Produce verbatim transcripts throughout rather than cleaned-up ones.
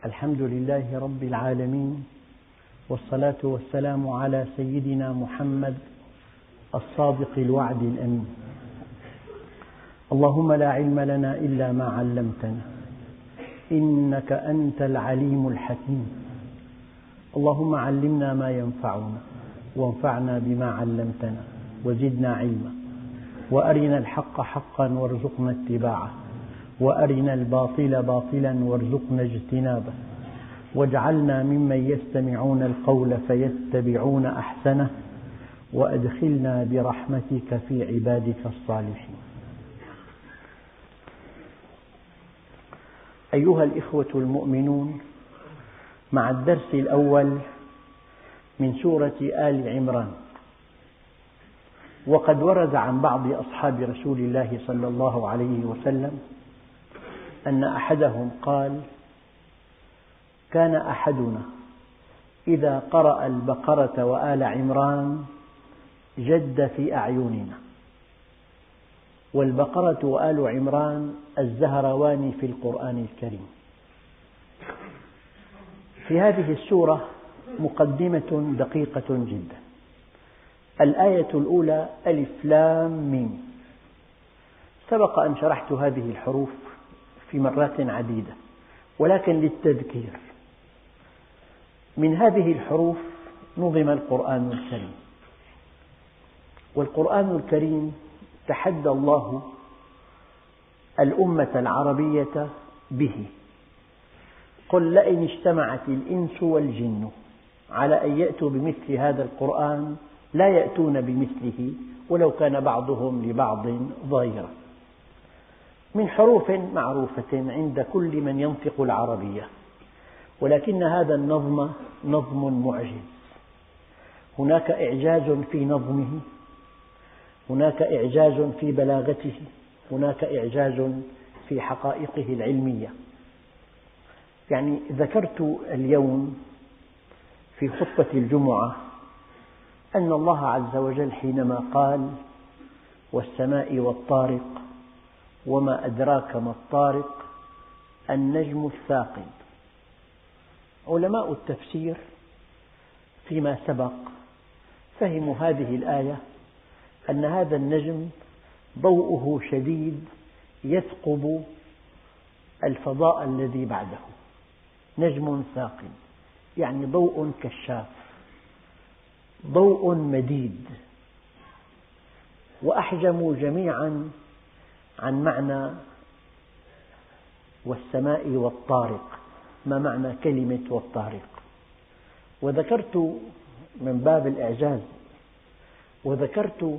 الحمد لله رب العالمين، والصلاة والسلام على سيدنا محمد الصادق الوعد الأمين. اللهم لا علم لنا إلا ما علمتنا، إنك أنت العليم الحكيم. اللهم علمنا ما ينفعنا، وانفعنا بما علمتنا، وزدنا علما، وأرنا الحق حقا وارزقنا اتباعه، وأرنا الباطل باطلا وارزقنا اجتنابه، واجعلنا ممن يستمعون القول فيتبعون أحسنه، وأدخلنا برحمتك في عبادك الصالحين. أيها الإخوة المؤمنون، مع الدرس الأول من سورة آل عمران. وقد ورد عن بعض أصحاب رسول الله صلى الله عليه وسلم أن أحدهم قال: كان أحدنا إذا قرأ البقرة وآل عمران جد في أعيننا. والبقرة وآل عمران الزهروان في القرآن الكريم. في هذه السورة مقدمة دقيقة جدا. الآية الأولى ألف لام ميم. سبق أن شرحت هذه الحروف في مرات عديدة، ولكن للتذكير: من هذه الحروف نظم القرآن الكريم. والقرآن الكريم تحدى الله الأمة العربية به. قل لئن اجتمعت الإنس والجن على أن يأتوا بمثل هذا القرآن لا يأتون بمثله ولو كان بعضهم لبعض ظهيرا. من حروف معروفة عند كل من ينطق العربية، ولكن هذا النظم نظم معجز. هناك إعجاز في نظمه، هناك إعجاز في بلاغته، هناك إعجاز في حقائقه العلمية. يعني ذكرت اليوم في خطبة الجمعة أن الله عز وجل حينما قال: والسماء والطارق وما أدراك ما الطارق النجم الثاقب. علماء التفسير فيما سبق فهموا هذه الآية أن هذا النجم ضوءه شديد يثقب الفضاء الذي بعده. نجم ثاقب يعني ضوء كشاف، ضوء مديد. وأحجموا جميعا عن معنى والسماء والطارق، ما معنى كلمة والطارق. وذكرت من باب الإعجاز، وذكرت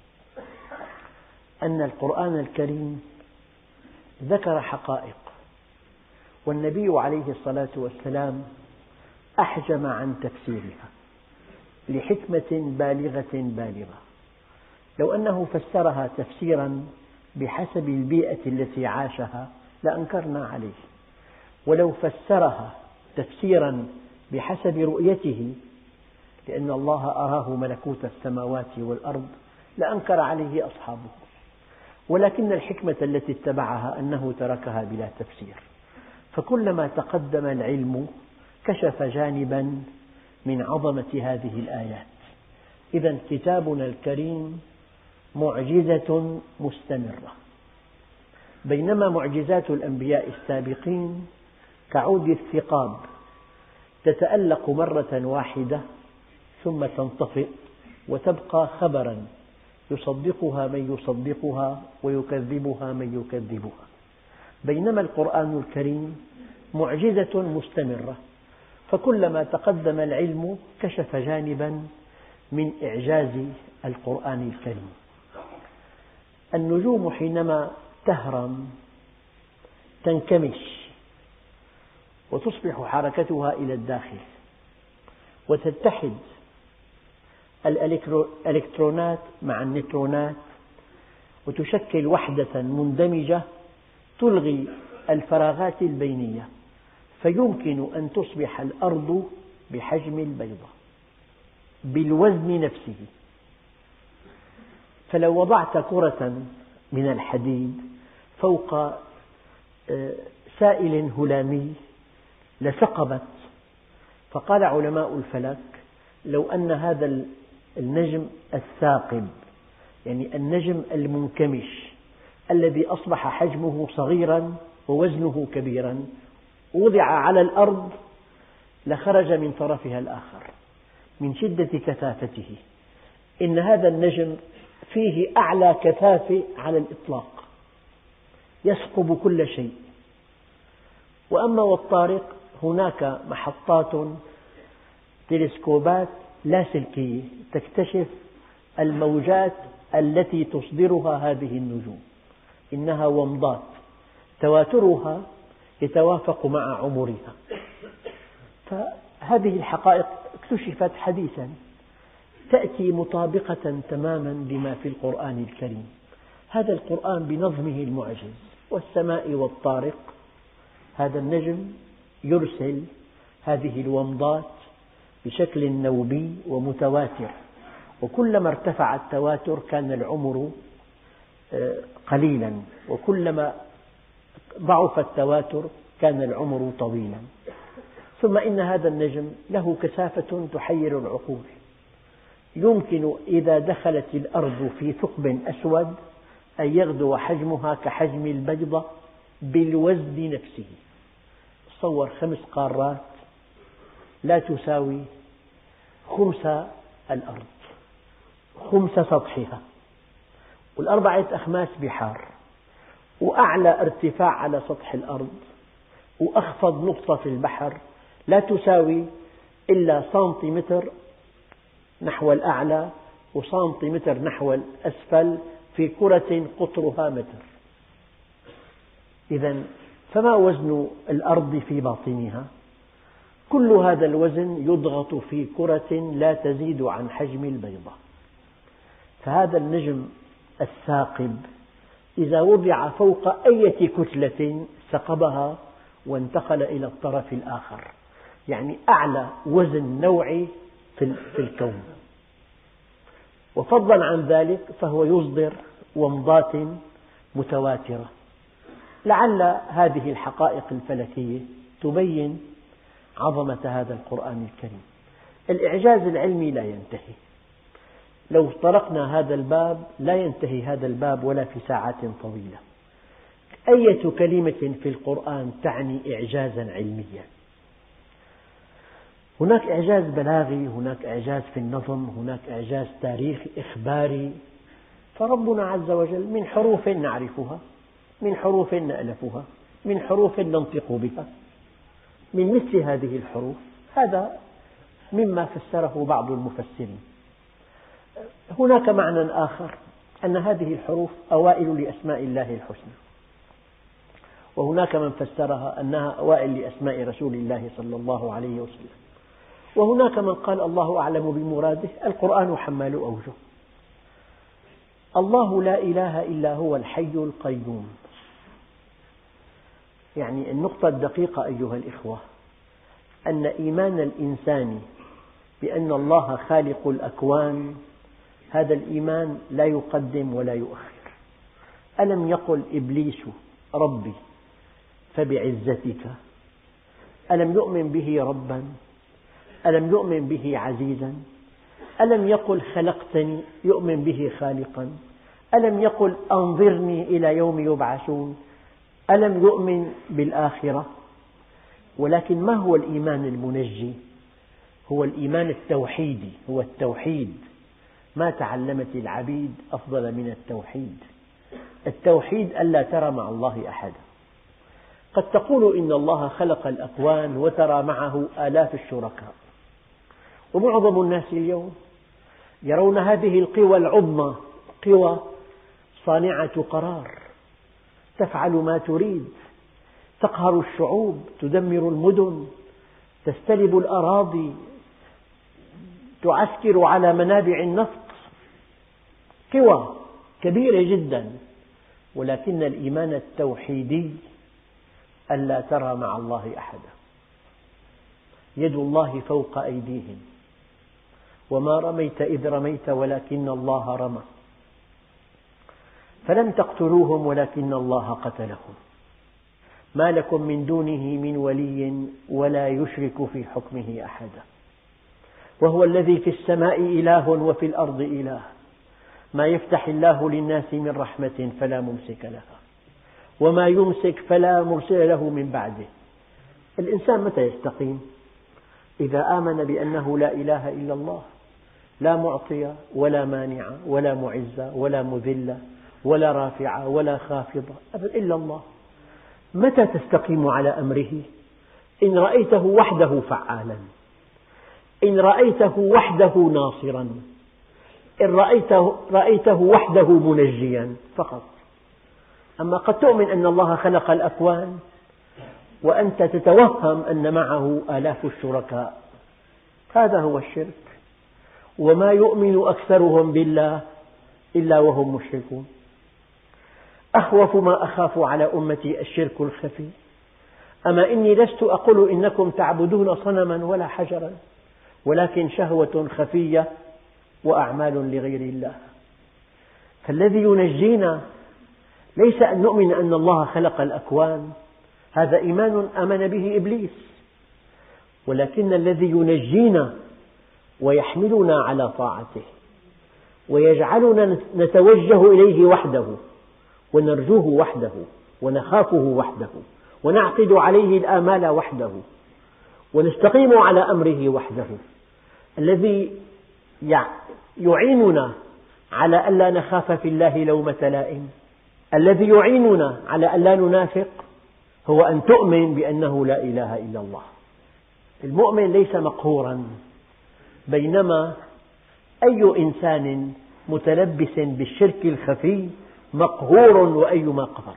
أن القرآن الكريم ذكر حقائق، والنبي عليه الصلاة والسلام أحجم عن تفسيرها لحكمة بالغة بالغة. لو أنه فسرها تفسيرا بحسب البيئة التي عاشها لأنكرنا عليه، ولو فسرها تفسيرا بحسب رؤيته لأن الله أراه ملكوت السماوات والأرض لأنكر عليه أصحابه. ولكن الحكمة التي اتبعها أنه تركها بلا تفسير. فكلما تقدم العلم كشف جانبا من عظمة هذه الآيات. إذن كتابنا الكريم معجزة مستمرة، بينما معجزات الأنبياء السابقين كعود الثقاب تتألق مرة واحدة ثم تنطفئ وتبقى خبرا يصدقها من يصدقها ويكذبها من يكذبها. بينما القرآن الكريم معجزة مستمرة، فكلما تقدم العلم كشف جانبا من إعجاز القرآن الكريم. النجوم حينما تهرم تنكمش وتصبح حركتها إلى الداخل، وتتحد الإلكترونات مع النيوترونات وتشكل وحدة مندمجة تلغي الفراغات البينية، فيمكن أن تصبح الأرض بحجم البيضة بالوزن نفسه. فلو وضعت كرة من الحديد فوق سائل هلامي لثقبت. فقال علماء الفلك لو أن هذا النجم الثاقب، يعني النجم المنكمش الذي أصبح حجمه صغيرا ووزنه كبيرا وضع على الأرض لخرج من طرفها الآخر من شدة كثافته. إن هذا النجم فيه أعلى كثافة على الإطلاق، يثقب كل شيء. وأما والطارق هناك محطات تلسكوبات لاسلكية تكتشف الموجات التي تصدرها هذه النجوم، إنها ومضات تواترها يتوافق مع عمرها. فهذه الحقائق اكتشفت حديثا تأتي مطابقة تماما لما في القرآن الكريم. هذا القرآن بنظمه المعجز، والسماء والطارق، هذا النجم يرسل هذه الومضات بشكل نوبي ومتواتر، وكلما ارتفع التواتر كان العمر قليلا، وكلما ضعف التواتر كان العمر طويلا. ثم إن هذا النجم له كثافة تحير العقول. يمكن إذا دخلت الأرض في ثقب أسود أن يغدو حجمها كحجم البيضة بالوزن نفسه. تصور خمس قارات لا تساوي خمس الأرض، خمس سطحها، والأربعة أخماس بحار، وأعلى ارتفاع على سطح الأرض وأخفض نقطة في البحر لا تساوي إلا سنتيمتر نحو الأعلى وسنتيمتر نحو الأسفل في كرة قطرها متر. إذن فما وزن الأرض في باطنها؟ كل هذا الوزن يضغط في كرة لا تزيد عن حجم البيضة. فهذا النجم الثاقب إذا وضع فوق أي كتلة ثقبها وانتقل إلى الطرف الآخر، يعني أعلى وزن نوعي في الكون. وفضلا عن ذلك فهو يصدر ومضات متواترة. لعل هذه الحقائق الفلكية تبين عظمة هذا القرآن الكريم. الإعجاز العلمي لا ينتهي. لو طرقنا هذا الباب لا ينتهي هذا الباب ولا في ساعات طويلة. أية كلمة في القرآن تعني إعجازا علميا. هناك إعجاز بلاغي، هناك إعجاز في النظم، هناك إعجاز تاريخي إخباري. فربنا عز وجل من حروف نعرفها، من حروف نألفها، من حروف ننطق بها، من مثل هذه الحروف. هذا مما فسره بعض المفسرين. هناك معنى آخر، أن هذه الحروف أوائل لأسماء الله الحسنى، وهناك من فسرها أنها أوائل لأسماء رسول الله صلى الله عليه وسلم، وهناك من قال الله أعلم بمراده. القرآن حمال أوجه. الله لا إله إلا هو الحي القيوم. يعني النقطة الدقيقة أيها الإخوة أن إيمان الإنسان بأن الله خالق الأكوان، هذا الإيمان لا يقدم ولا يؤخر. ألم يقل إبليس ربي فبعزتك؟ ألم يؤمن به ربا؟ ألم يؤمن به عزيزا؟ ألم يقل خلقتني؟ يؤمن به خالقا؟ ألم يقل أنظرني إلى يوم يبعثون؟ ألم يؤمن بالآخرة؟ ولكن ما هو الإيمان المنجي؟ هو الإيمان التوحيدي، هو التوحيد. ما تعلمت العبيد أفضل من التوحيد. التوحيد ألا ترى مع الله أحدا. قد تقول إن الله خلق الأكوان وترى معه آلاف الشركاء، ومعظم الناس اليوم يرون هذه القوى العظمى قوى صانعة قرار، تفعل ما تريد، تقهر الشعوب، تدمر المدن، تستلب الأراضي، تعسكر على منابع النفط، قوى كبيرة جدا. ولكن الإيمان التوحيدي ألا ترى مع الله أحدا. يد الله فوق أيديهم وما رميت إذ رميت ولكن الله رمى فلم تقتلوهم ولكن الله قتلهم. ما لكم من دونه من ولي ولا يشرك في حكمه أحدا وهو الذي في السماء إله وفي الأرض إله ما يفتح الله للناس من رحمة فلا ممسك لها وما يمسك فلا مرسل له من بعده. الإنسان متى يستقيم؟ إذا آمن بأنه لا إله إلا الله، لا معطي ولا مانع ولا معز ولا مذل ولا رافع ولا خافض إلا الله. متى تستقيم على أمره؟ إن رأيته وحده فعالا، إن رأيته وحده ناصرا، إن رأيته, رأيته وحده منجيا فقط. أما قد تؤمن أن الله خلق الأكوان وأنت تتوهم أن معه آلاف الشركاء، هذا هو الشرك. وما يؤمن أكثرهم بالله إلا وهم مشركون. أخوف ما أخاف على أمتي الشرك الخفي. أما إني لست أقول إنكم تعبدون صنما ولا حجرا، ولكن شهوة خفية وأعمال لغير الله. فالذي ينجينا ليس أن نؤمن أن الله خلق الأكوان، هذا إيمان آمن به إبليس، ولكن الذي ينجينا ويحملنا على طاعته ويجعلنا نتوجه إليه وحده ونرجوه وحده ونخافه وحده ونعقد عليه الآمال وحده ونستقيم على أمره وحده، الذي يعيننا على ألا نخاف في الله لومة لائم، الذي يعيننا على ألا ننافق، هو أن تؤمن بأنه لا إله إلا الله. المؤمن ليس مقهورا، بينما أي إنسان متلبس بالشرك الخفي مقهور وأيما قهر.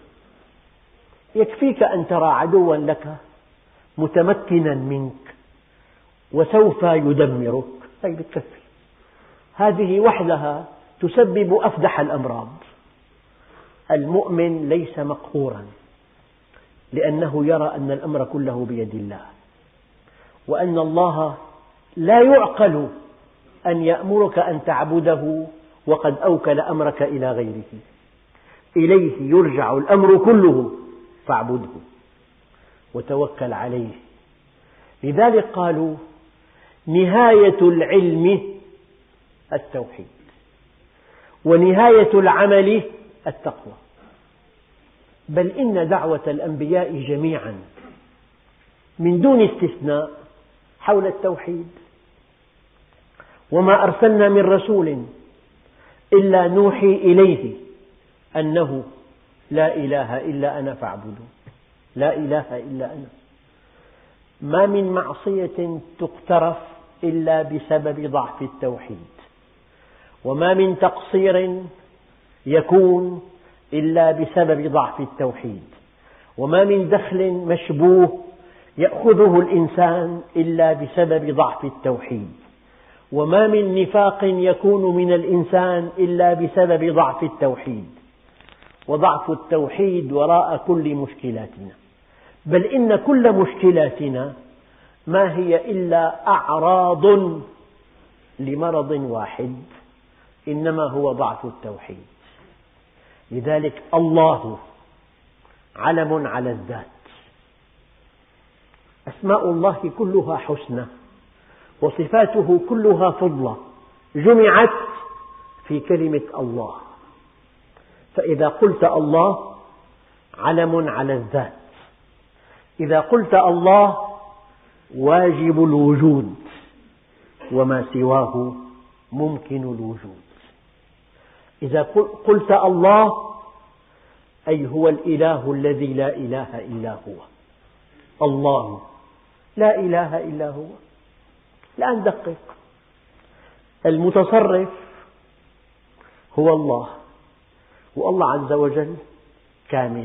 يكفيك أن ترى عدوا لك متمكنا منك وسوف يدمرك، هذه بتكفي. هذه وحدها تسبب أفدح الأمراض. المؤمن ليس مقهورا، لأنه يرى أن الأمر كله بيد الله، وأن الله لا يعقل أن يأمرك أن تعبده وقد أوكل أمرك إلى غيره. إليه يرجع الأمر كله فاعبده وتوكل عليه. لذلك قالوا نهاية العلم التوحيد ونهاية العمل التقوى. بل إن دعوة الأنبياء جميعا من دون استثناء حول التوحيد. وما أرسلنا من رسول إلا نوحي إليه أنه لا إله إلا أنا فاعبدون. لا إله إلا أنا. ما من معصية تقترف إلا بسبب ضعف التوحيد، وما من تقصير يكون إلا بسبب ضعف التوحيد، وما من دخل مشبوه يأخذه الإنسان إلا بسبب ضعف التوحيد، وما من نفاق يكون من الإنسان إلا بسبب ضعف التوحيد. وضعف التوحيد وراء كل مشكلاتنا. بل إن كل مشكلاتنا ما هي إلا أعراض لمرض واحد، إنما هو ضعف التوحيد. لذلك الله علم على الذات. أسماء الله كلها حسنى وصفاته كلها فضلى جمعت في كلمة الله. فإذا قلت الله علم على الذات، إذا قلت الله واجب الوجود وما سواه ممكن الوجود. إذا قلت الله أي هو الإله الذي لا إله إلا هو. الله لا إله إلا هو. لا ندقق. المتصرف هو الله، والله عز وجل كامل.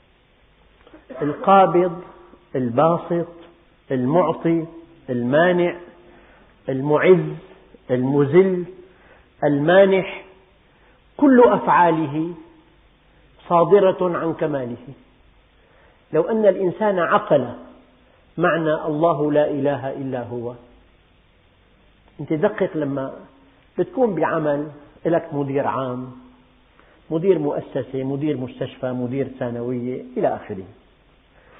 القابض، الباسط، المعطي، المانع، المعز، المذل، المانح، كل أفعاله صادرة عن كماله. لو أن الإنسان عقل معنى الله لا إله إلا هو. أنت دقق لما بتكون بعمل لك مدير عام، مدير مؤسسة، مدير مستشفى، مدير ثانوية إلى آخره.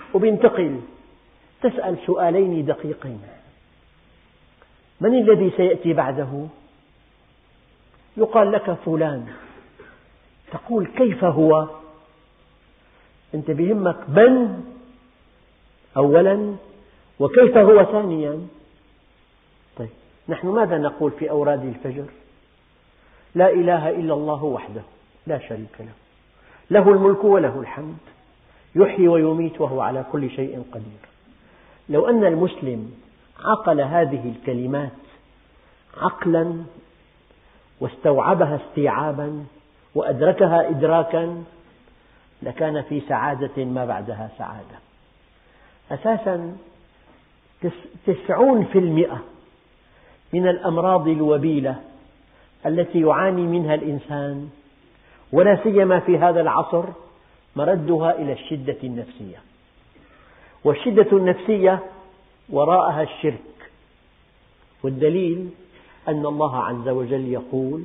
وبينتقل. تسأل سؤالين دقيقين: من الذي سيأتي بعده؟ يقال لك فلان، تقول كيف هو؟ أنت بيهمك من أولا وكيف هو ثانيا. طيب نحن ماذا نقول في أوراد الفجر؟ لا إله إلا الله وحده لا شريك له، له الملك وله الحمد، يحيي ويميت وهو على كل شيء قدير. لو أن المسلم عقل هذه الكلمات عقلا واستوعبها استيعابا وأدركها إدراكا لكان في سعادة ما بعدها سعادة. أساسا تسعون في المئة من الأمراض الوبيلة التي يعاني منها الإنسان ولا سيما في هذا العصر مردها إلى الشدة النفسية، والشدة النفسية وراءها الشرك. والدليل أن الله عز وجل يقول: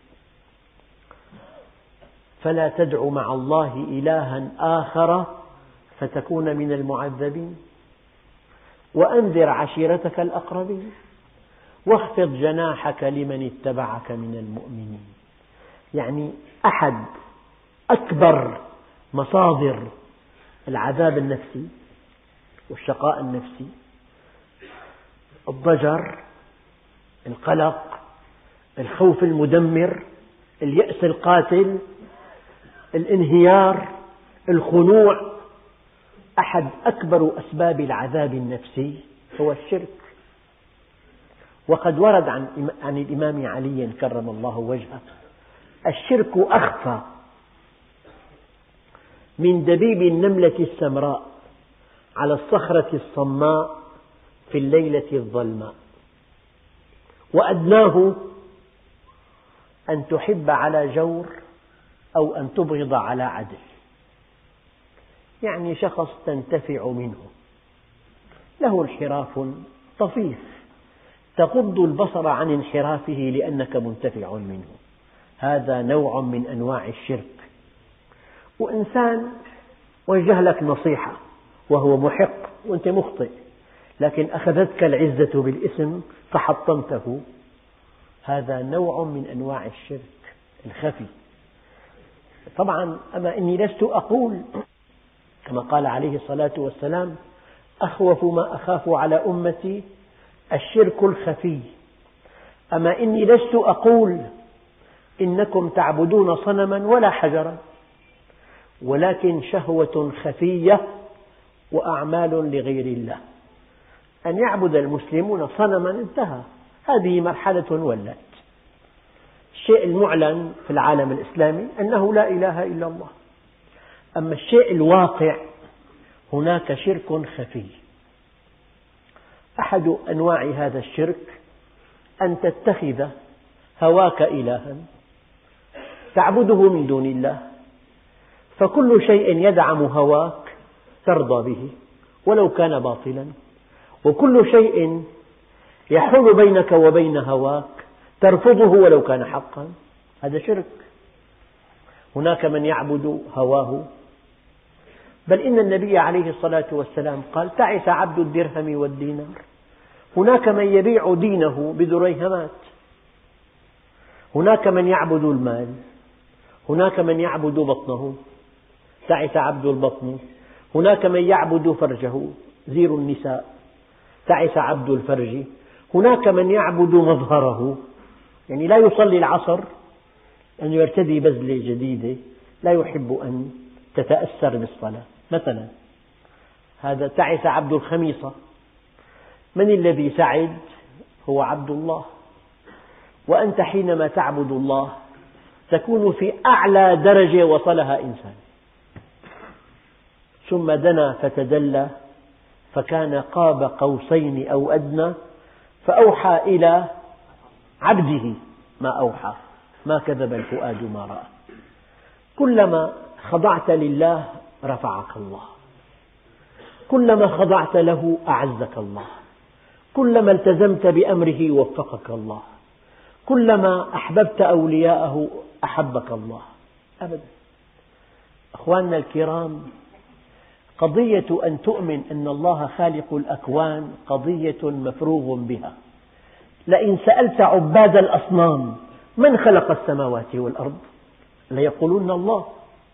فلا تدع مع الله إلها آخر فتكون من المعذبين، وأنذر عشيرتك الأقربين، واخفض جناحك لمن اتبعك من المؤمنين. يعني أحد أكبر مصادر العذاب النفسي والشقاء النفسي الضجر، القلق، الخوف المدمر، اليأس القاتل، الانهيار، الخنوع. أحد أكبر أسباب العذاب النفسي هو الشرك. وقد ورد عن, عن الإمام علي كرم الله وجهه: الشرك أخفى من دبيب النملة السمراء على الصخرة الصماء في الليلة الظلماء، وأدناه أن تحب على جور أو أن تبغض على عدل. يعني شخص تنتفع منه، له انحراف طفيف تغض البصر عن انحرافه لأنك منتفع منه، هذا نوع من أنواع الشرك. وإنسان وجه لك نصيحة وهو محق وأنت مخطئ، لكن أخذتك العزة بالإثم فحطمته، هذا نوع من أنواع الشرك الخفي. طبعا أما إني لست أقول كما قال عليه الصلاة والسلام: أخوف ما أخاف على أمتي الشرك الخفي. أما إني لست أقول إنكم تعبدون صنما ولا حجرا، ولكن شهوة خفية وأعمال لغير الله. أن يعبد المسلمون صنما انتهى، هذه مرحلة ولت. الشيء المعلن في العالم الإسلامي أنه لا إله إلا الله، أما الشيء الواقع هناك شرك خفي. أحد أنواع هذا الشرك أن تتخذ هواك إلها تعبده من دون الله، فكل شيء يدعم هواك ترضى به ولو كان باطلا، وكل شيء يحول بينك وبين هواك ترفضه ولو كان حقا، هذا شرك. هناك من يعبد هواه، بل إن النبي عليه الصلاة والسلام قال: تعس عبد الدرهم والدينار. هناك من يبيع دينه بدريهمات، هناك من يعبد المال، هناك من يعبد بطنه، تعس عبد البطن. هناك من يعبد فرجه، زير النساء، تعس عبد الفرج. هناك من يعبد مظهره، يعني لا يصلي العصر أن يرتدي بزلة جديدة، لا يحب أن تتأثر بالصلاة مثلا، هذا تعس عبد الخميصة. من الذي سعد؟ هو عبد الله. وأنت حينما تعبد الله تكون في أعلى درجة وصلها إنسان. ثم دنا فتدلى فكان قاب قوسين أو أدنى فأوحى إلى عبده ما أوحى، ما كذب الفؤاد ما رأى. كلما خضعت لله رفعك الله، كلما خضعت له أعزك الله، كلما التزمت بأمره وفقك الله، كلما أحببت أولياءه أحبك الله. أبدا. أخواننا الكرام، قضية أن تؤمن أن الله خالق الأكوان قضية مفروغ بها. لئن سألت عباد الأصنام من خلق السماوات والأرض ليقولون الله.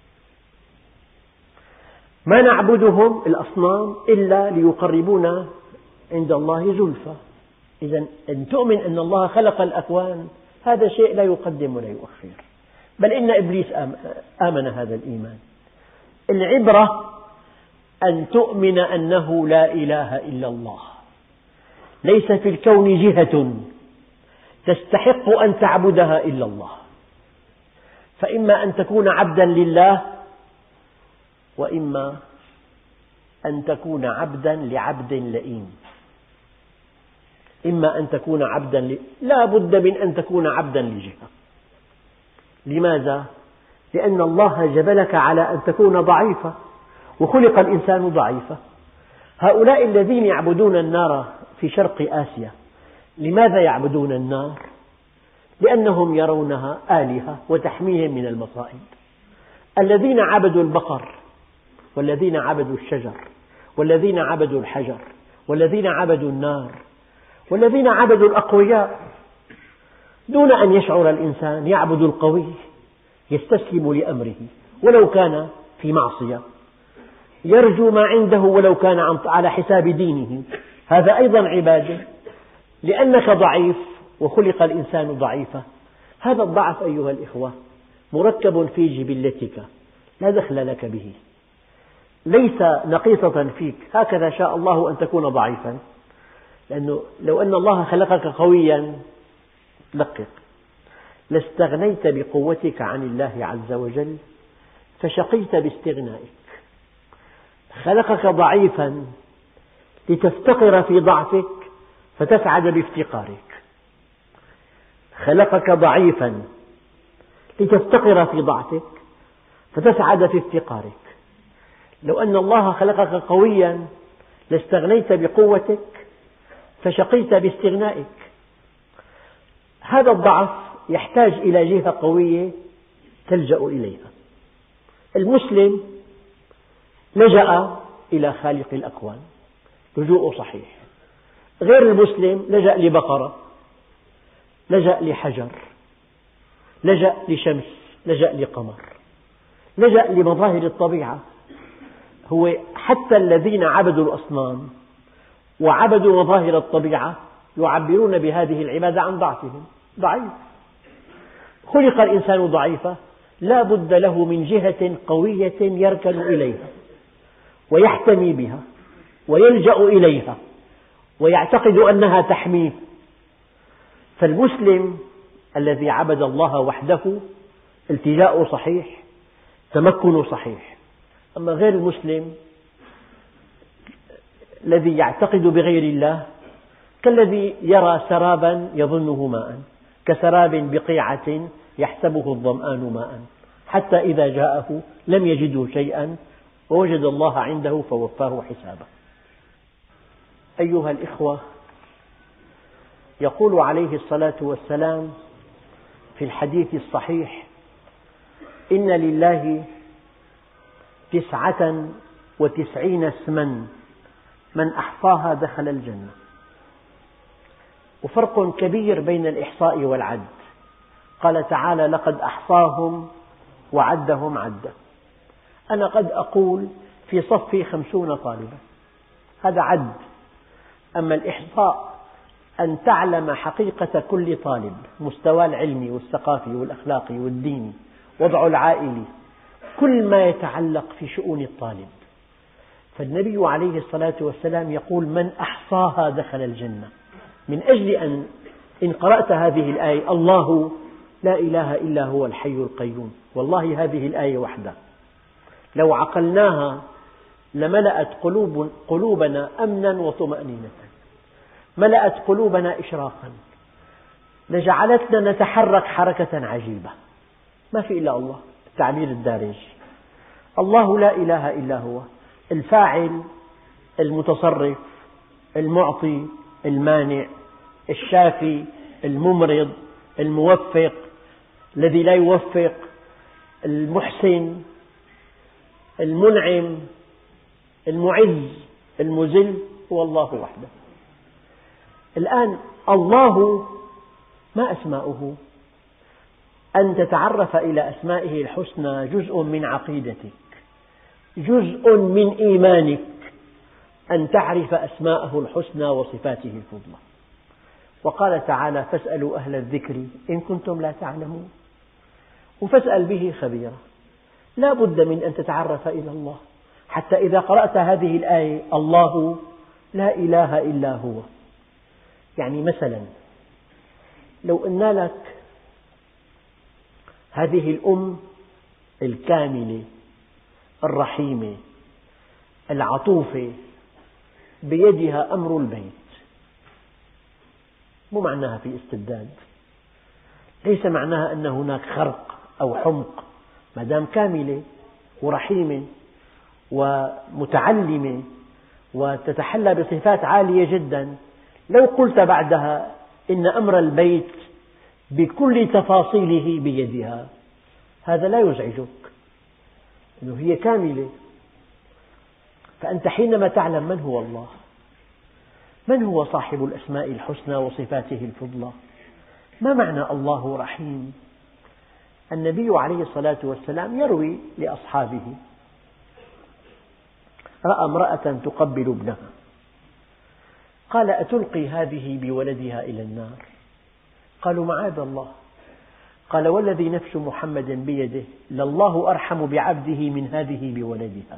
ما نعبدهم الأصنام إلا ليقربونا عند الله زلفى. إذا أن تؤمن أن الله خلق الأكوان هذا شيء لا يقدم ولا يؤخر، بل إن إبليس آمن هذا الإيمان. العبرة أن تؤمن أنه لا إله إلا الله، ليس في الكون جهة تستحق أن تعبدها إلا الله، فإما أن تكون عبدا لله وإما أن تكون عبدا لعبد لئيم. إما أن تكون عبدا ل... لا بد من أن تكون عبدا لجهة. لماذا؟ لأن الله جبلك على أن تكون ضعيفا، وخلق الإنسان ضعيفا. هؤلاء الذين يعبدون النار في شرق آسيا لماذا يعبدون النار؟ لأنهم يرونها آلهة وتحميهم من المصائب. الذين عبدوا البقر والذين عبدوا الشجر والذين عبدوا الحجر والذين عبدوا النار والذين عبدوا الأقوياء، دون أن يشعر الإنسان يعبد القوي، يستسلم لأمره ولو كان في معصية، يرجو ما عنده ولو كان على حساب دينه، هذا أيضا عبادة. لأنك ضعيف وخلق الإنسان ضعيفا. هذا الضعف أيها الإخوة مركب في جبلتك لا دخل لك به، ليس نقيصة فيك، هكذا شاء الله أن تكون ضعيفا. لأنه لو أن الله خلقك قويا دقق لاستغنيت بقوتك عن الله عز وجل فشقيت باستغنائك. خلقك ضعيفا لتفتقر في ضعفك فتسعد بافتقارك. خلقك ضعيفا لتفتقر في ضعفك فتسعد في افتقارك. لو أن الله خلقك قويا لاستغنيت بقوتك فشقيت باستغنائك. هذا الضعف يحتاج إلى جهة قوية تلجأ إليها. المسلم لجأ إلى خالق الأكوان لجوء صحيح. غير المسلم لجأ لبقرة، لجأ لحجر، لجأ لشمس، لجأ لقمر، لجأ لمظاهر الطبيعة. هو حتى الذين عبدوا الأصنام وعبدوا مظاهر الطبيعة يعبرون بهذه العبادة عن ضعفهم. ضعيف، خلق الإنسان ضعيفا، لا بد له من جهة قوية يركن إليها ويحتمي بها ويلجأ إليها ويعتقد أنها تحميه. فالمسلم الذي عبد الله وحده التجاء صحيح، تمكن صحيح. أما غير المسلم الذي يعتقد بغير الله كالذي يرى سرابا يظنه ماء، كسراب بقيعة يحسبه الظمآن ماء، حتى إذا جاءه لم يجده شيئا ووجد الله عنده فوفاه حسابه. أيها الإخوة، يقول عليه الصلاة والسلام في الحديث الصحيح: إن لله تسعة وتسعين اسما من أحصاها دخل الجنة. وفرق كبير بين الإحصاء والعد. قال تعالى: لقد أحصاهم وعدهم عدا. أنا قد أقول في صفي خمسون طالبا، هذا عد. أما الإحصاء أن تعلم حقيقة كل طالب، مستواه العلمي والثقافي والأخلاقي والديني، وضعه العائلي، كل ما يتعلق في شؤون الطالب. فالنبي عليه الصلاة والسلام يقول: من أحصاها دخل الجنة. من أجل أن إن قرأت هذه الآية: الله لا إله إلا هو الحي القيوم، والله هذه الآية وحدها لو عقلناها لملأت قلوب قلوبنا أمنا وطمأنينة، ملأت قلوبنا إشراقا، لجعلتنا نتحرك حركة عجيبة. ما في إلا الله، التعبير الدارج. الله لا إله إلا هو الفاعل، المتصرف، المعطي، المانع، الشافي، الممرض، الموفق، الذي لا يوفق، المحسن، المنعم، المعز المذل هو الله وحده. الآن الله ما أسماؤه؟ أن تتعرف إلى أسمائه الحسنى جزء من عقيدتك، جزء من إيمانك، أن تعرف أسماءه الحسنى وصفاته الفضلى. وقال تعالى: فاسألوا أهل الذكر إن كنتم لا تعلمون. وفاسأل به خبيرا. لا بد من أن تتعرف إلى الله، حتى إذا قرأت هذه الآية: الله لا إله إلا هو. يعني مثلا لو قلنا لك هذه الأم الكاملة الرحيمة العطوفة بيدها أمر البيت، مو معناها في استبداد، ليس معناها أن هناك خرق أو حمق، ما دام كاملة ورحيمة ومتعلمة وتتحلى بصفات عالية جدا، لو قلت بعدها إن أمر البيت بكل تفاصيله بيدها، هذا لا يزعجك، لأنه هي كاملة. فأنت حينما تعلم من هو الله، من هو صاحب الأسماء الحسنى وصفاته الفضلى، ما معنى الله رحيم؟ النبي عليه الصلاة والسلام يروي لأصحابه: رأى امرأة تقبل ابنها، قال: أتلقي هذه بولدها إلى النار؟ قالوا: معاذ الله. قال: والذي نفس محمد بيده لله أرحم بعبده من هذه بولدها.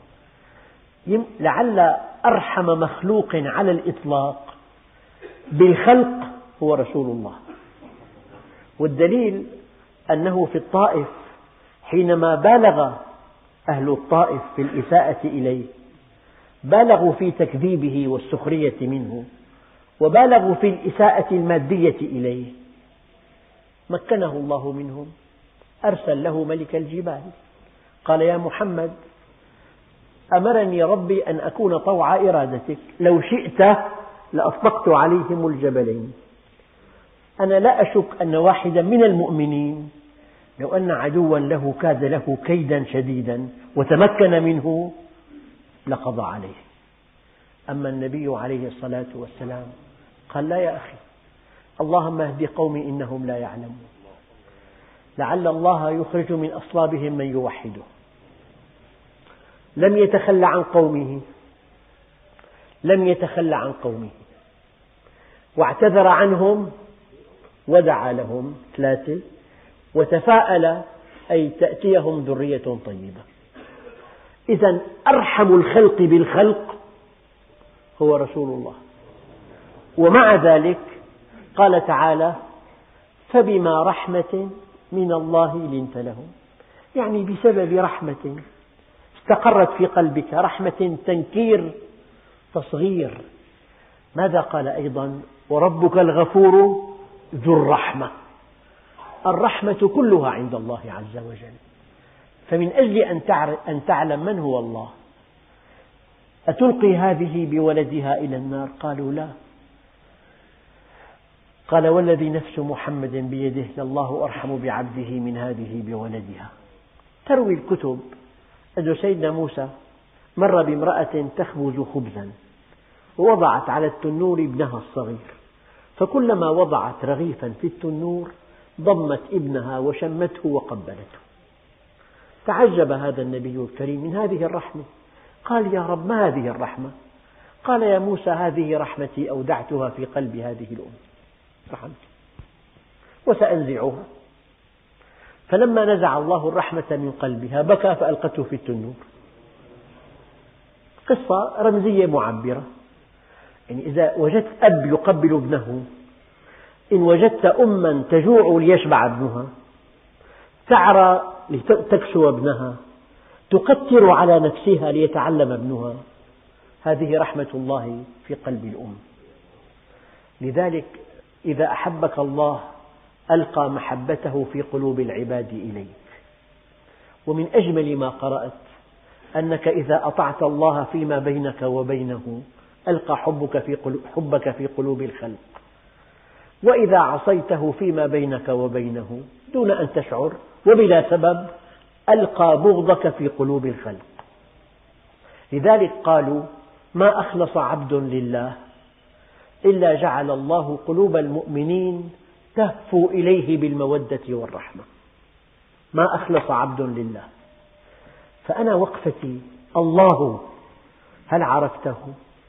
لعل أرحم مخلوق على الإطلاق بالخلق هو رسول الله. والدليل أنه في الطائف حينما بالغ أهل الطائف في الإساءة إليه، بالغوا في تكذيبه والسخرية منه، وبالغوا في الإساءة المادية إليه، مكنه الله منهم، أرسل له ملك الجبال، قال: يا محمد، أمرني ربي أن أكون طوع إرادتك، لو شئت لأطلقت عليهم الجبلين. أنا لا أشك أن واحدا من المؤمنين لو أن عدوا له كاد له كيدا شديدا وتمكن منه لقضى عليه. أما النبي عليه الصلاة والسلام قال: لا يا أخي، اللهم اهد قومي إنهم لا يعلمون، لعل الله يخرج من أصلابهم من يوحده. لم يتخلى عن قومه، لم يتخلى عن قومه واعتذر عنهم ودعا لهم ثلاثة، وتفاءل أي تأتيهم ذرية طيبة. إذن أرحم الخلق بالخلق هو رسول الله. ومع ذلك قال تعالى: فبما رحمة من الله لنت لهم، يعني بسبب رحمة استقرت في قلبك، رحمة تنكير تصغير. ماذا قال أيضا؟ وربك الغفور ذو الرحمة. الرحمة كلها عند الله عز وجل. فمن أجل أن تعلم من هو الله، أتلقي هذه بولدها إلى النار؟ قالوا: لا. قال: والذي نفس محمد بيده لله أرحم بعبده من هذه بولدها. تروي الكتب أن سيدنا موسى مر بامرأة تخبز خبزا، ووضعت على التنور ابنها الصغير، فكلما وضعت رغيفا في التنور ضمت ابنها وشمته وقبلته. تعجب هذا النبي الكريم من هذه الرحمة، قال: يا رب، ما هذه الرحمة؟ قال: يا موسى، هذه رحمتي أودعتها في قلب هذه الأم، رحمتي وسأنزعها. فلما نزع الله الرحمة من قلبها بكى فألقته في التنور. قصة رمزية معبرة. يعني إذا وجدت أب يقبل ابنه، إن وجدت أما تجوع ليشبع ابنها، تعرى لتكسو ابنها، تقتر على نفسها ليتعلم ابنها، هذه رحمة الله في قلب الأم. لذلك إذا أحبك الله ألقى محبته في قلوب العباد إليك. ومن أجمل ما قرأت أنك إذا أطعت الله فيما بينك وبينه ألقى حبك في حبك في قلوب الخلق، وإذا عصيته فيما بينك وبينه دون أن تشعر وبلا سبب ألقى بغضك في قلوب الخلق. لذلك قالوا ما أخلص عبد لله إلا جعل الله قلوب المؤمنين تهفو إليه بالمودة والرحمة. ما أخلص عبد لله. فأنا وقفتي الله، هل عرفته؟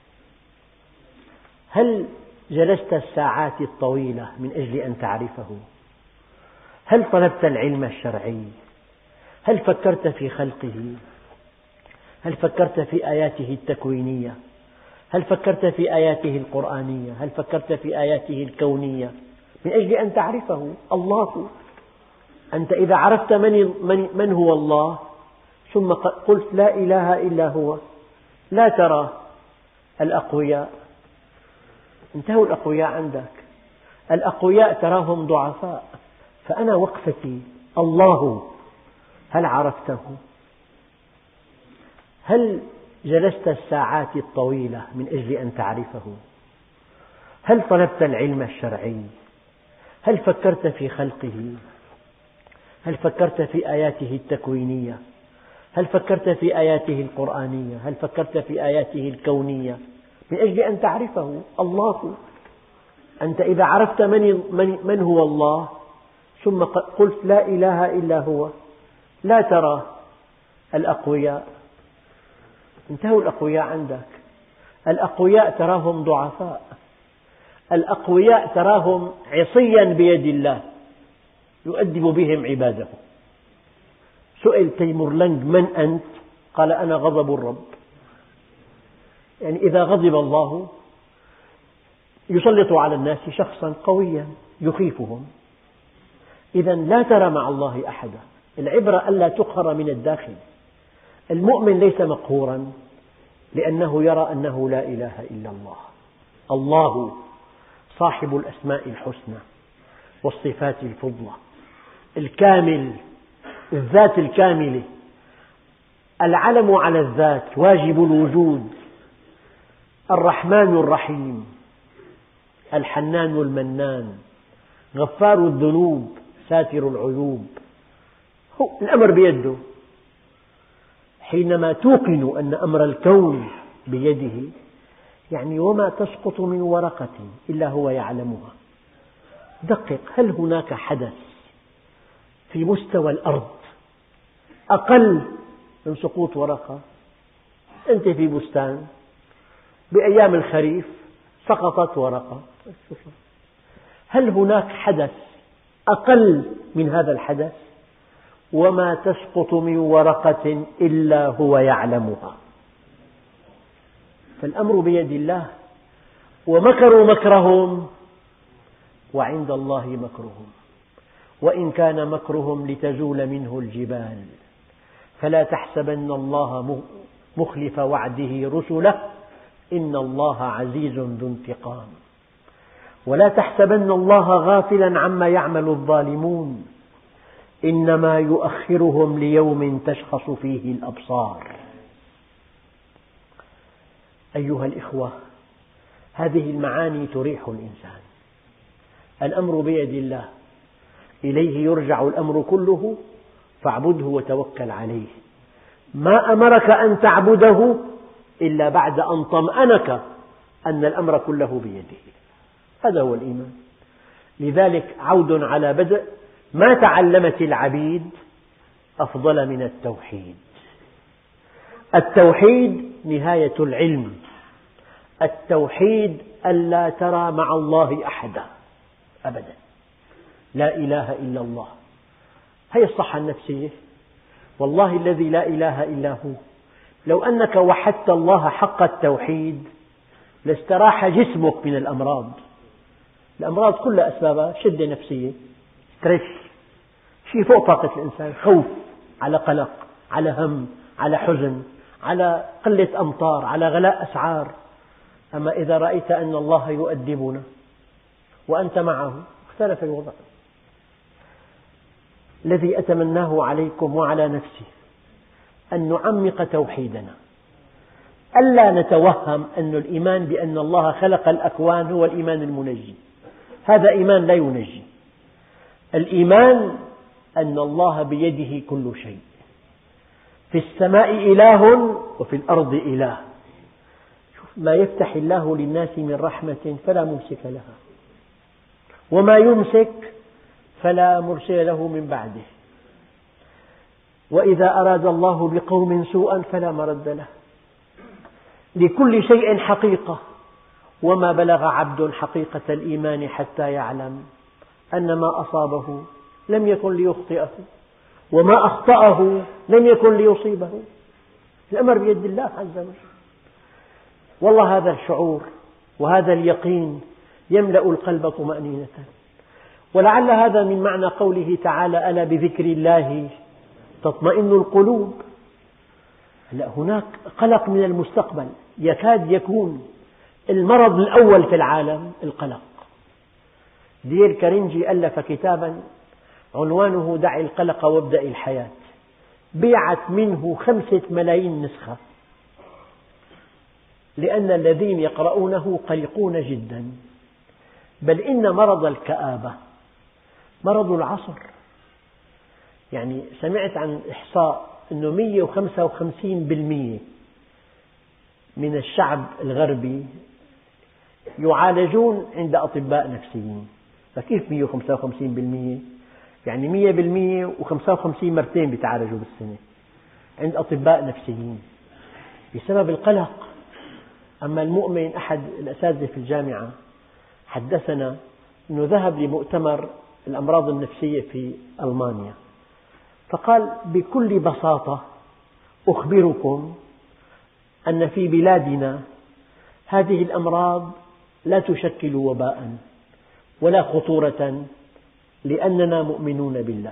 هل جلست الساعات الطويلة من أجل أن تعرفه؟ هل طلبت العلم الشرعي؟ هل فكرت في خلقه؟ هل فكرت في آياته التكوينية؟ هل فكرت في آياته القرآنية؟ هل فكرت في آياته الكونية من أجل أن تعرفه؟ الله. أنت إذا عرفت من, من هو الله ثم قلت لا إله إلا هو لا ترى الأقوياء، انتهوا الأقوياء عندك. الأقوياء تراهم ضعفاء. فأنا وقفتي الله، هل عرفته؟ هل جلست الساعات الطويلة من أجل أن تعرفه؟ هل طلبت العلم الشرعي؟ هل فكرت في خلقه؟ هل فكرت في آياته التكوينية؟ هل فكرت في آياته القرآنية؟ هل فكرت في آياته الكونية من أجل أن تعرفه؟ الله. أنت إذا عرفت من, من, من هو الله ثم قلت لا إله إلا هو لا ترى الأقوياء، انتهوا الأقوياء عندك. الأقوياء تراهم ضعفاء. الأقوياء تراهم عصيا بيد الله يؤدب بهم عباده. سئل تيمورلنج من أنت؟ قال أنا غضب الرب. يعني إذا غضب الله يسلط على الناس شخصا قويا يخيفهم. إذا لا ترى مع الله أحدا. العبرة ألا تقهر من الداخل. المؤمن ليس مقهورا لأنه يرى أنه لا إله إلا الله. الله صاحب الأسماء الحسنى والصفات الفضلى، الكامل، الذات الكاملة، العلم على الذات، واجب الوجود، الرحمن الرحيم، الحنان المنان، غفار الذنوب، ساتر العيوب. هو الأمر بيده. حينما توقن أن أمر الكون بيده، يعني وما تسقط من ورقة إلا هو يعلمها. دقق، هل هناك حدث في مستوى الأرض أقل من سقوط ورقة؟ أنت في بستان بأيام الخريف سقطت ورقة، هل هناك حدث أقل من هذا الحدث؟ وما تسقط من ورقة إلا هو يعلمها. فالأمر بيد الله. ومكروا مكرهم وعند الله مكرهم وإن كان مكرهم لتزول منه الجبال فلا تحسبن الله مخلف وعده رسله إن الله عزيز ذو انتقام. ولا تحسبن الله غافلا عما يعمل الظالمون إنما يؤخرهم ليوم تشخص فيه الأبصار. أيها الإخوة، هذه المعاني تريح الإنسان. الأمر بيد الله، إليه يرجع الأمر كله، فاعبده وتوكل عليه. ما أمرك أن تعبده إلا بعد أن طمأنك أن الأمر كله بيده. هذا هو الإيمان. لذلك عود على بدء ما تعلمت العبيد أفضل من التوحيد. التوحيد نهاية العلم. التوحيد ألا ترى مع الله أحدا أبدا. لا إله إلا الله. هي الصحة النفسية. والله الذي لا إله إلا هو، لو أنك وحدت الله حق التوحيد لاستراح جسمك من الأمراض. الأمراض كلها أسبابها شدة نفسية، ستريس، شيء فوق طاقة الإنسان، خوف، على قلق، على هم، على حزن، على قلة أمطار، على غلاء أسعار. أما إذا رأيت أن الله يؤدبنا وأنت معه اختلف الوضع. الذي أتمناه عليكم وعلى نفسي أن نعمق توحيدنا، ألا نتوهم أن الإيمان بأن الله خلق الأكوان هو الإيمان المنجي. هذا إيمان لا ينجي. الإيمان أن الله بيده كل شيء، في السماء إله وفي الأرض إله. ما يفتح الله للناس من رحمة فلا ممسك لها، وما يمسك فلا مرسل له من بعده، وإذا أراد الله بقوم سوءا فلا مرد له. لكل شيء حقيقة، وما بلغ عبد حقيقة الإيمان حتى يعلم أن ما أصابه لم يكن ليخطئه، وما أخطأه لم يكن ليصيبه. الأمر بيد الله عز وجل. والله هذا الشعور وهذا اليقين يملأ القلب طمأنينة. ولعل هذا من معنى قوله تعالى: ألا بذكر الله تطمئن القلوب. هلأ هناك قلق من المستقبل، يكاد يكون المرض الأول في العالم القلق. ديل كارنيجي ألف كتابا عنوانه دع القلق وابدأ الحياة، بيعت منه خمسة ملايين نسخة، لأن الذين يقرؤونه قلقون جدا. بل إن مرض الكآبة مرض العصر. يعني سمعت عن إحصاء أنه مئة وخمسة وخمسين بالمئة من الشعب الغربي يعالجون عند أطباء نفسيين. فكيف مئة وخمسة وخمسين بالمئة؟ يعني مئة بالمئة وخمسة وخمسين مرتين بيتعالجوا بالسنة عند أطباء نفسيين بسبب القلق. أما المؤمن، أحد الأساتذة في الجامعة حدثنا أنه ذهب لمؤتمر الأمراض النفسية في ألمانيا، فقال: بكل بساطة أخبركم أن في بلادنا هذه الأمراض لا تشكل وباء ولا خطورة، لأننا مؤمنون بالله.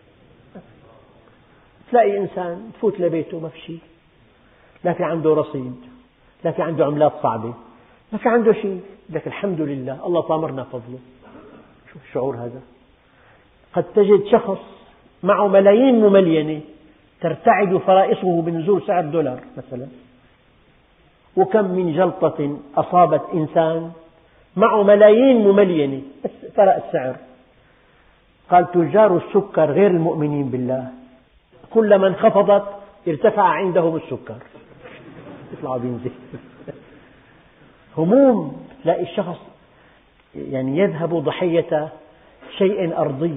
تلاقي إنسان تفوت لبيته ما في شيء، لا في عنده رصيد، لا في عنده عملات صعبة، ما في عنده شيء، لك الحمد لله الله طامرنا فضله. شوف الشعور هذا. قد تجد شخص معه ملايين مملينة ترتعد فرائصه بنزول سعر دولار مثلا، وكم من جلطة أصابت إنسان معه ملايين مملينة بس فرق السعر. قال: تجار السكر غير المؤمنين بالله كلما انخفضت ارتفع عندهم السكر، يطلعوا بينزل. هموم، تلاقي الشخص يعني يذهب ضحية شيء أرضي.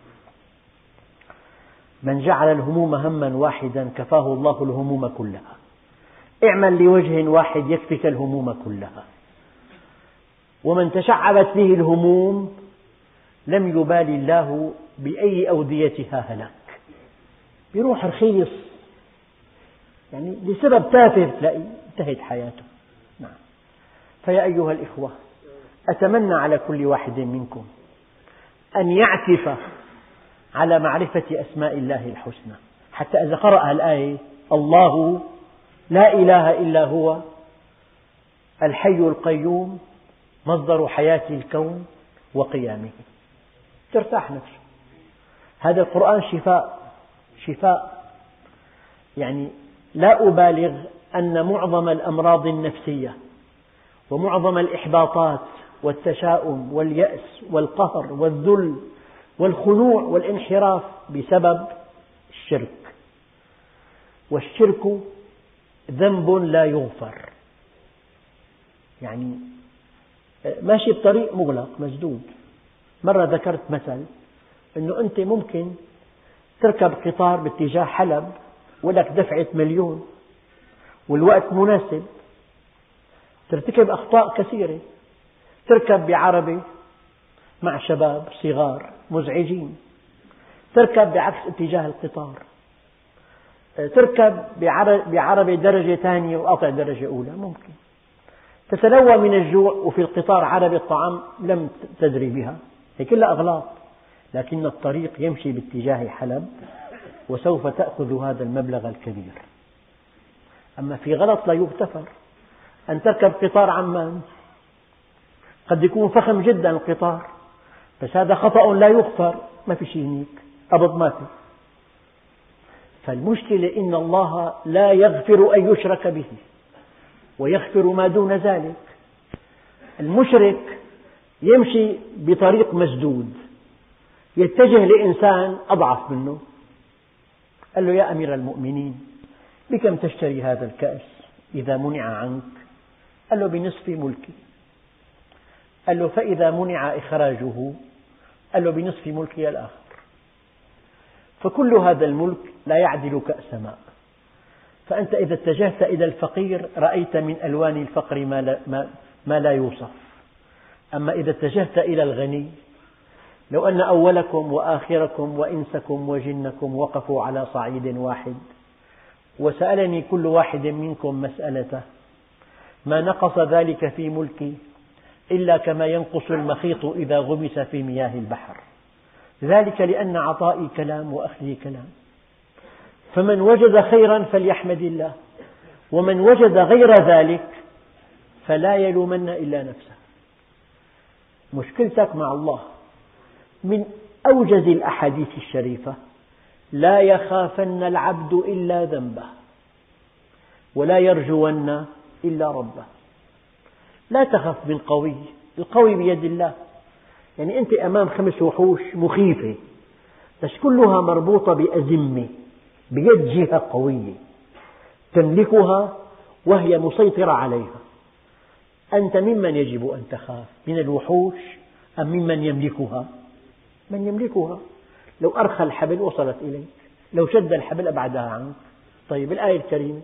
من جعل الهموم هما واحدا كفاه الله الهموم كلها. اعمل لوجه واحد يكفك الهموم كلها. ومن تشعبت به الهموم لم يبال الله بأي أوديتها هلاك، بيروح رخيص، يعني لسبب تافه تلاقي انتهت حياته. نعم. فيا أيها الإخوة، أتمنى على كل واحد منكم أن يعكف على معرفة أسماء الله الحسنى، حتى إذا قرأ الآية: الله لا إله إلا هو الحي القيوم مصدر حياة الكون وقيامه، ترتاح نفسه. هذا القرآن شفاء شفاء. يعني لا أبالغ أن معظم الأمراض النفسية ومعظم الإحباطات والتشاؤم واليأس والقهر والذل والخنوع والانحراف بسبب الشرك. والشرك ذنب لا يغفر. يعني ماشي بطريق مغلق مسدود. مرة ذكرت مثل أنه أنت ممكن تركب قطار باتجاه حلب ولك دفعة مليون والوقت مناسب، ترتكب أخطاء كثيرة، تركب بعربة مع شباب صغار مزعجين، تركب بعكس اتجاه القطار، تركب بعربة درجة ثانية وقاطع درجة أولى، ممكن تتلوى من الجوع وفي القطار عربة طعام لم تدري بها، هي كلها أغلاط. لكن الطريق يمشي باتجاه حلب وسوف تأخذ هذا المبلغ الكبير. أما في غلط لا يغتفر، أن تركب قطار عمان، قد يكون فخم جدا القطار بس هذا خطأ لا يغفر، ما في شيء هنيك أبد ما في. فالمشكلة إن الله لا يغفر أن يشرك به ويغفر ما دون ذلك. المشرك يمشي بطريق مسدود، يتجه لإنسان أضعف منه، قال له: يا أمير المؤمنين بكم تشتري هذا الكأس إذا منع عنك؟ قال له بنصف ملكي. قال له فإذا منع إخراجه؟ قال له بنصف ملكي الآخر. فكل هذا الملك لا يعدل كأس ماء. فأنت إذا اتجهت إلى الفقير رأيت من ألوان الفقر ما لا, ما, ما لا يوصف. أما إذا اتجهت إلى الغني، لو أن أولكم وآخركم وإنسكم وجنكم وقفوا على صعيد واحد وسألني كل واحد منكم مسألته ما نقص ذلك في ملكي إلا كما ينقص المخيط إذا غمس في مياه البحر، ذلك لأن عطائي كلام وأخذي كلام. فمن وجد خيرا فليحمد الله، ومن وجد غير ذلك فلا يلومن إلا نفسه. مشكلتك مع الله من أوجز الأحاديث الشريفة: لا يخافن العبد إلا ذنبه ولا يرجون إلا ربه. لا تخف من قوي، القوي بيد الله. يعني أنت أمام خمس وحوش مخيفة بس كلها مربوطة بأزمة بيد جهة قوية تملكها وهي مسيطرة عليها. أنت ممن يجب أن تخاف؟ من الوحوش أم ممن يملكها؟ من يملكها. لو أرخى الحبل وصلت إليك، لو شد الحبل أبعدها عنك. طيب الآية الكريمة: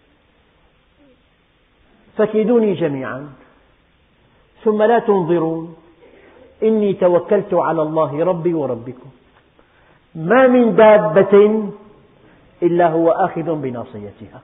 فكيدوني جميعا ثم لا تنظرون إني توكلت على الله ربي وربكم ما من دابة إلا هو آخذ بناصيتها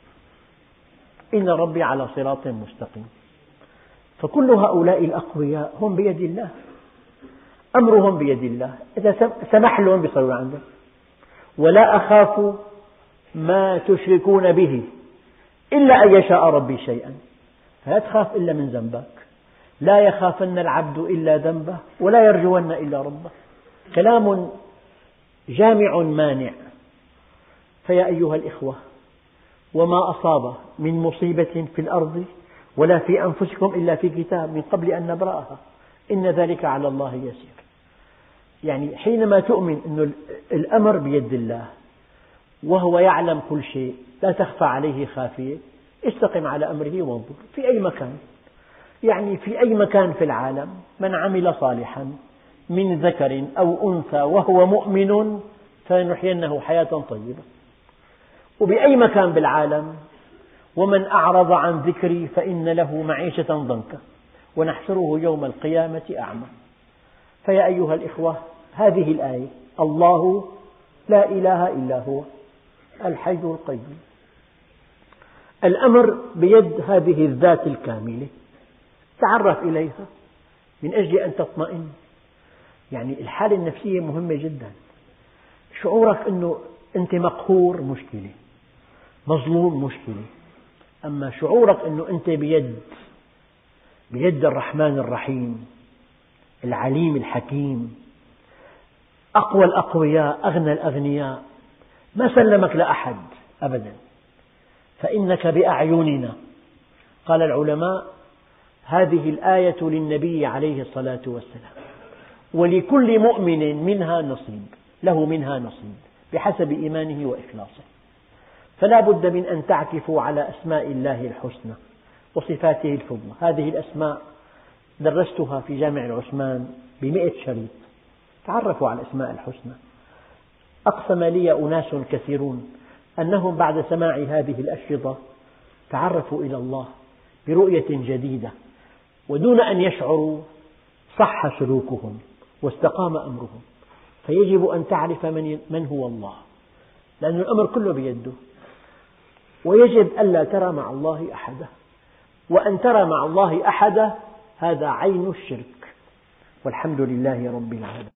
إن ربي على صراط مستقيم. فكل هؤلاء الأقوياء هم بيد الله، أمرهم بيد الله. إذا سمح لهم بيصيروا عندك. ولا أخاف ما تشركون به إلا أن يشاء ربي شيئا. فلا تخاف إلا من ذنبك. لا يخافن العبد إلا ذنبه ولا يرجون إلا ربه. كلام جامع مانع. فيا أيها الإخوة، وما أصاب من مصيبة في الأرض ولا في أنفسكم إلا في كتاب من قبل أن نبرأها إن ذلك على الله يسير. يعني حينما تؤمن أن الأمر بيد الله وهو يعلم كل شيء لا تخفى عليه خافية، استقم على أمره وانظر في أي مكان. يعني في أي مكان في العالم من عمل صالحا من ذكر أو أنثى وهو مؤمن فلنحيينه حياة طيبة. وبأي مكان بالعالم: ومن أعرض عن ذكري فإن له معيشة ضنكا ونحشره يوم القيامة أعمى. فيا أيها الإخوة، هذه الآية: الله لا إله إلا هو الحي القيوم. الأمر بيد هذه الذات الكاملة، تعرف إليها من أجل أن تطمئن. يعني الحالة النفسية مهمة جدا. شعورك أنه أنت مقهور مشكلة، مظلوم مشكلة. أما شعورك أنه أنت بيد بيد الرحمن الرحيم العليم الحكيم، أقوى الأقوياء أغنى الأغنياء، ما سلمك لأحد أبدا، فإنك بأعيننا. قال العلماء: هذه الآية للنبي عليه الصلاة والسلام، ولكل مؤمن منها نصيب، له منها نصيب بحسب إيمانه وإخلاصه. فلا بد من أن تعكفوا على أسماء الله الحسنى وصفاته الفضلى. هذه الأسماء درستها في جامع العثمان بمئة شريط. تعرفوا على الأسماء الحسنى. أقسم لي أناس كثيرون أنهم بعد سماع هذه الأشرطة تعرفوا إلى الله برؤية جديدة، ودون أن يشعروا صح سلوكهم واستقام أمرهم. فيجب أن تعرف من هو الله، لأن الأمر كله بيده. ويجب ألا ترى مع الله أحدا، وأن ترى مع الله أحدا هذا عين الشرك. والحمد لله رب العالمين.